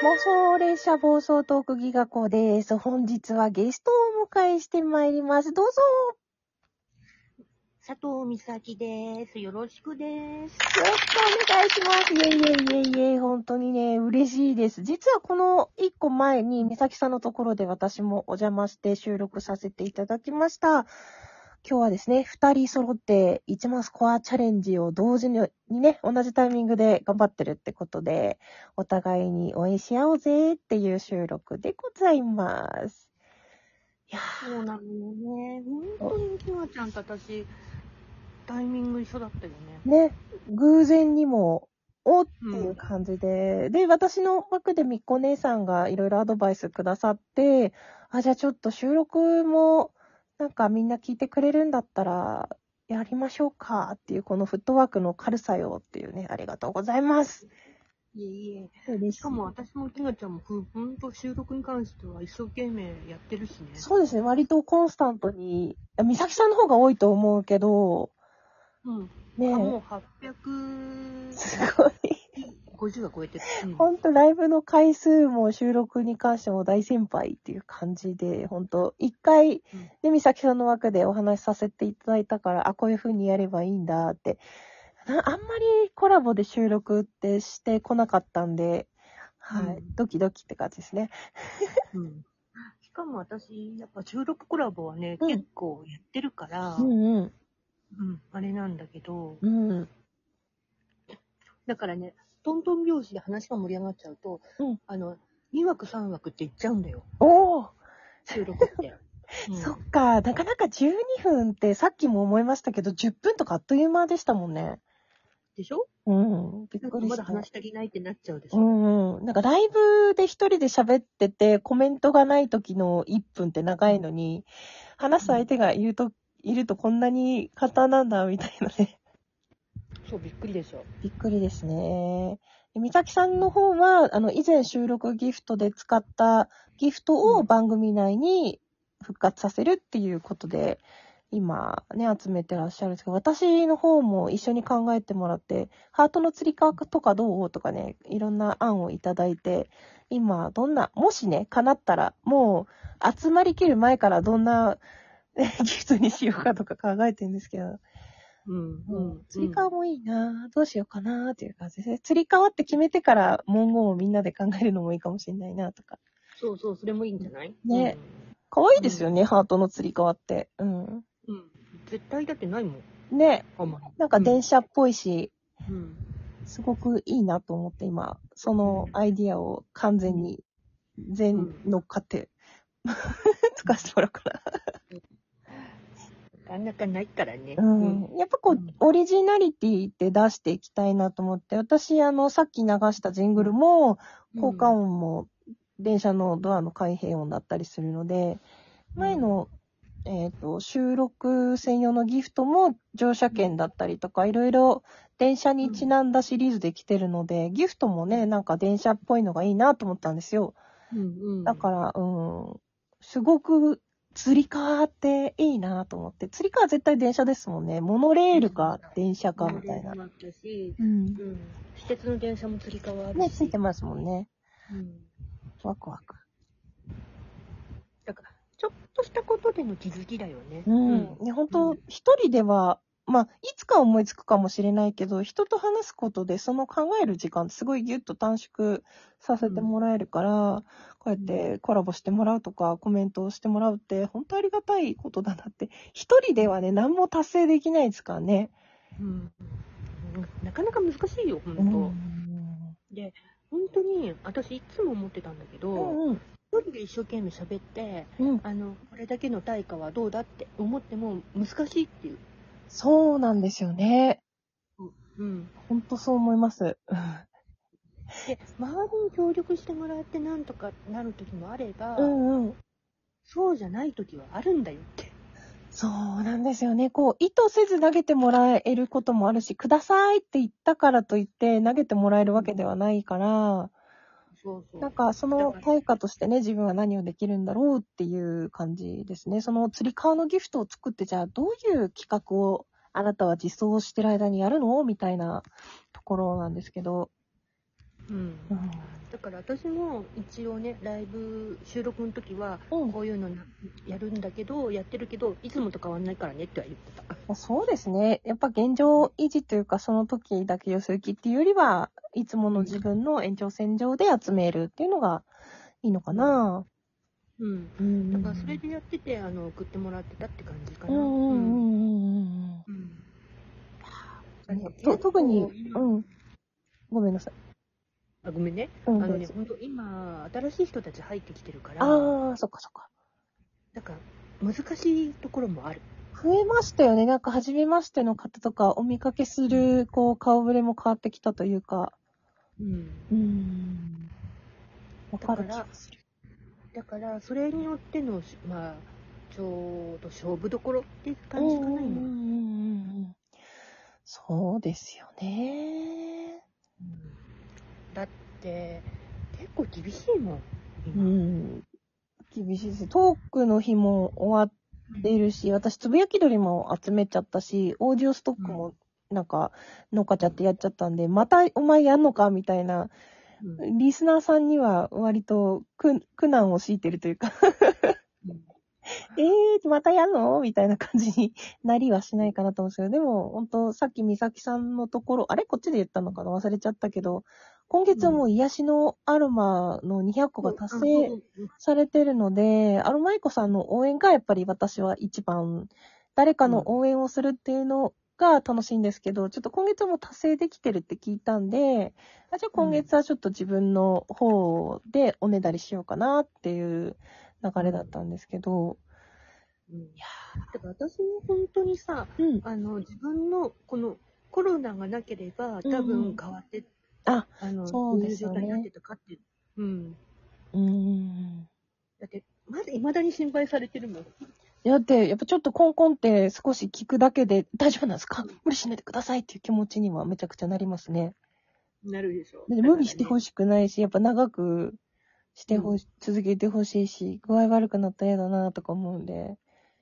妄想列車暴走トークギガ子です。本日はゲストをお迎えしてまいります。どうぞ。 佐藤美咲です。よろしくです。 よろしくお願いします。いえいえいえいえ、本当にね、嬉しいです。実はこの一個前に美咲さんのところで私もお邪魔して収録させていただきました。今日はですね、二人揃って1マスコアチャレンジを同時にね、同じタイミングで頑張ってるってことで、お互いに応援し合おうぜっていう収録でございます。いやそうなのよね。本当にきまちゃんと私、タイミング一緒だったよね。 ね、偶然にも、おっていう感じで、で、私の枠でみっこ姉さんがいろいろアドバイスくださって、じゃあちょっと収録も、なんかみんな聞いてくれるんだったら、やりましょうかっていう、このフットワークの軽さよっていうね、ありがとうございます。 いえいえ。 嬉しい。 しかも私もきまちゃんも、本当収録に関しては一生懸命やってるしね。 そうですね、割とコンスタントに、美咲さんの方が多いと思うけど、 うん。 ねもう850 すごい。 は超えてる。 ほんとライブの回数も収録に関しても大先輩っていう感じで、ほんと一回、ね、美咲さんの枠でお話しさせていただいたから、こういう風にやればいいんだって。あんまりコラボで収録ってしてこなかったんで、はい、ドキドキって感じですね。 しかも私、やっぱ収録コラボはね、結構やってるから、あれなんだけど、だからね、トントン拍子で話が盛り上がっちゃうと、2枠3枠って言っちゃうんだよ。 おー収録って。 そっか、なかなか12分ってさっきも思いましたけど、10分とかあっという間でしたもんね。 でしょ？ びっくりした。 まだ話足りないってなっちゃうでしょ。 なんかライブで一人で喋ってて、コメントがない時の1分って長いのに、話す相手がいるとこんなに簡単なんだ、みたいなね。 そう、びっくりでしょ。 びっくりですね。美咲さんの方は、以前収録ギフトで使ったギフトを番組内に復活させるっていうことで、今ね、集めてらっしゃるんですけど、私の方も一緒に考えてもらって、ハートの釣り革とかどうとかね、いろんな案をいただいて、今、もしね、叶ったら、もう集まりきる前からどんなギフトにしようかとか考えてるんですけど、釣り革もいいなぁ。どうしようかなぁっていう感じで。釣り革って決めてから文言をみんなで考えるのもいいかもしれないなとか。 そうそう、それもいいんじゃない？ ね。可愛いですよね、ハートの釣り革って。 絶対だってないもん。 ね。なんか電車っぽいし、すごくいいなと思って今、そのアイディアを完全に乗っかって使わせてもらおうかな。 なかなかないからね。 やっぱオリジナリティって出していきたいなと思って、私、さっき流したジングルも、効果音も、電車のドアの開閉音だったりするので、前の、収録専用のギフトも乗車券だったりとか、いろいろ電車にちなんだシリーズで来てるので、ギフトもね、なんか電車っぽいのがいいなと思ったんですよ。だから、すごく釣り革っていいなと思って。釣り革は絶対電車ですもんね。モノレールか電車かみたいな。 私鉄の電車も釣り革あるし。 ね、ついてますもんね。ワクワク。 だから、ちょっとしたことでの気づきだよね。 本当一人では、いつか思いつくかもしれないけど、人と話すことでその考える時間すごいギュッと短縮させてもらえるから、こうやってコラボしてもらうとか、コメントをしてもらうって、本当ありがたいことだなって。一人ではね、何も達成できないですからね。 なかなか難しいよ、本当。で、本当に、私いつも思ってたんだけど、一人で一生懸命喋って、これだけの対価はどうだって思っても難しいっていう。 そうなんですよね。本当そう思います。 で、周りに協力してもらってなんとかなる時もあれば、そうじゃない時はあるんだよって。 そうなんですよね。意図せず投げてもらえることもあるし、くださいって言ったからといって投げてもらえるわけではないから、なんかその対価としてね、自分は何をできるんだろうっていう感じですね。その釣り革のギフトを作って、じゃあどういう企画をあなたは実装してる間にやるのみたいなところなんですけど。 うん。だから私も一応ね、ライブ収録の時は、こういうのやるんだけど、やってるけど、いつもと変わんないからねっては言ってた。 そうですね。やっぱ現状維持というか、その時だけ寄せ行きっていうよりは、いつもの自分の延長線上で集めるっていうのがいいのかな。 うん。だからそれでやってて、送ってもらってたって感じかな。 特に、ごめんなさい。 ごめんね。本当今、新しい人たち入ってきてるから。 そっかそっか。 だから、難しいところもある。 増えましたよね。なんか、初めましての方とか、お見かけする、顔ぶれも変わってきたというか。わかる気がする。 だから、それによっての、まあ、ちょうど勝負どころっていう感じかな、今。 そうですよね。 だって、結構厳しいもん、今。 厳しいです。トークの日も終わってるし、私、つぶやき鳥も集めちゃったし、オーディオストックもなんか、乗っかっちゃってやっちゃったんで、またお前やんのかみたいな、リスナーさんには割と苦難を強いてるというかまたやんのみたいな感じになりはしないかなと思うんですけど、でも、本当さっき美咲さんのところ、あれこっちで言ったのかな忘れちゃったけど、今月はもう癒しのアロマの200個が達成されてるので、アロマイコさんの応援がやっぱり私は一番、誰かの応援をするっていうのが楽しいんですけど、ちょっと今月も達成できてるって聞いたんで、じゃあ今月はちょっと自分の方でおねだりしようかなっていう流れだったんですけど、 だから私も本当にさ、自分のこのコロナがなければ多分変わって、 そうですよね。 どういう状態になってたかって。だって、まだ未だに心配されてるもん。 だって、やっぱちょっとコンコンって少し聞くだけで大丈夫なんですか？無理しないでくださいっていう気持ちにはめちゃくちゃなりますね。 なるでしょ。 無理してほしくないし、やっぱ長くして続けてほしいし、具合悪くなったら嫌だなとか思うんで。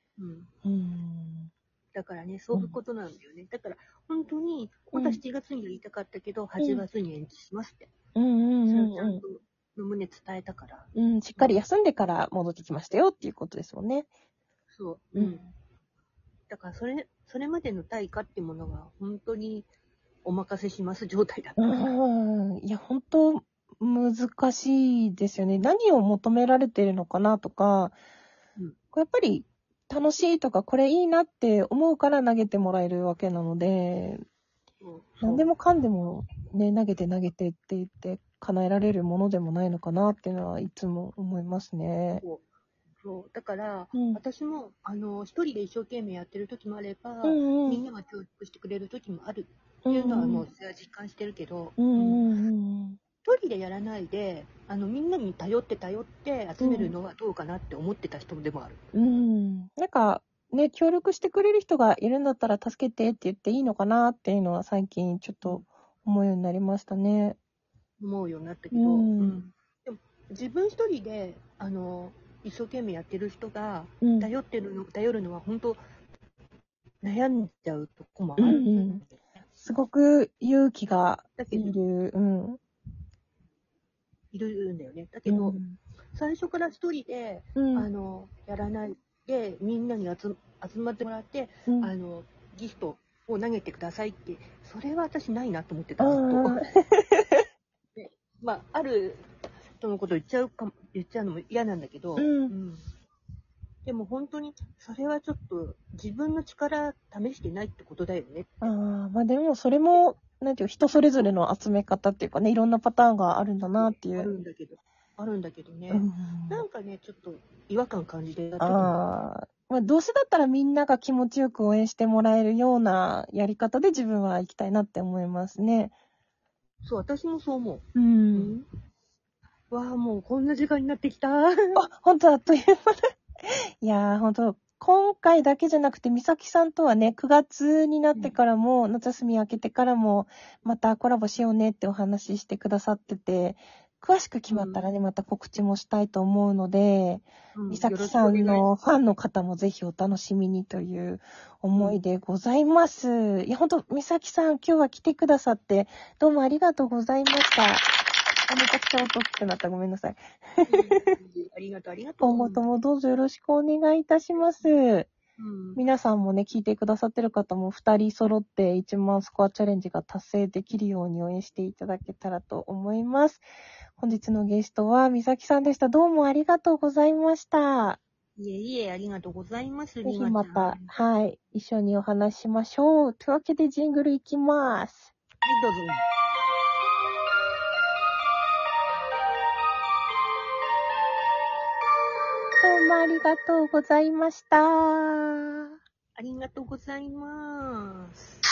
だからね、そういうことなんだよね。だから、本当に、本当は7月にやりたかったけど、8月に延期しますって。それをちゃんと胸伝えたから。 しっかり休んでから戻ってきましたよっていうことですもんね。 そう。だから、それまでの対価っていうものが、本当にお任せします状態だった。 いや、本当難しいですよね。何を求められてるのかなとか、やっぱり楽しいとかこれいいなって思うから投げてもらえるわけなので、何でもかんでもね、投げてって言って叶えられるものでもないのかなっていうのはいつも思いますね。 そうだから、私も一人で一生懸命やってる時もあれば、みんなが協力してくれる時もあるっていうのはもうそれは実感してるけど、一人でやらないでみんなに頼って集めるのはどうかなって思ってた人でもある。 なんかね、協力してくれる人がいるんだったら助けてって言っていいのかなっていうのは最近ちょっと思うようになりましたね。 思うようになったけど、でも自分一人で一生懸命やってる人が頼るのは本当悩んじゃうとこもある。 すごく勇気がいる。 いるんだよね。だけど、最初から一人で、やらないで、みんなに集まってもらって、ギフトを投げてくださいって、それは私ないなと思ってた、ずっと。まあ、ある人のこと言っちゃうのも嫌なんだけど、でも本当に、それはちょっと自分の力試してないってことだよね。 まあでもそれも、なんていう人それぞれの集め方っていうかね、いろんなパターンがあるんだなっていう。 あるんだけどね。なんかね、ちょっと違和感感じてた。 まあどうせだったらみんなが気持ちよく応援してもらえるようなやり方で自分は行きたいなって思いますね。 そう、私もそう思う。わあ、もうこんな時間になってきた。 本当あっという間だ。いやー、本当今回だけじゃなくて、美咲さんとはね、9月になってからも、夏休み明けてからも、またコラボしようねってお話ししてくださってて、詳しく決まったらね、また告知もしたいと思うので、美咲さんのファンの方もぜひお楽しみにという思いでございます。いや、本当美咲さん、今日は来てくださって、どうもありがとうございました。 めちゃくちゃ音大きくなった。ごめんなさい。 ありがとう、ありがとう。 今後ともどうぞよろしくお願いいたします。皆さんもね、聞いてくださってる方も2人揃って1万スコアチャレンジが達成できるように応援していただけたらと思います。本日のゲストはみさきさんでした。どうもありがとうございました。 いえいえ、ありがとうございます。 ぜひまた、はい、一緒にお話ししましょう。というわけでジングルいきます。 はい、どうぞ。 どうもありがとうございました。 ありがとうございます。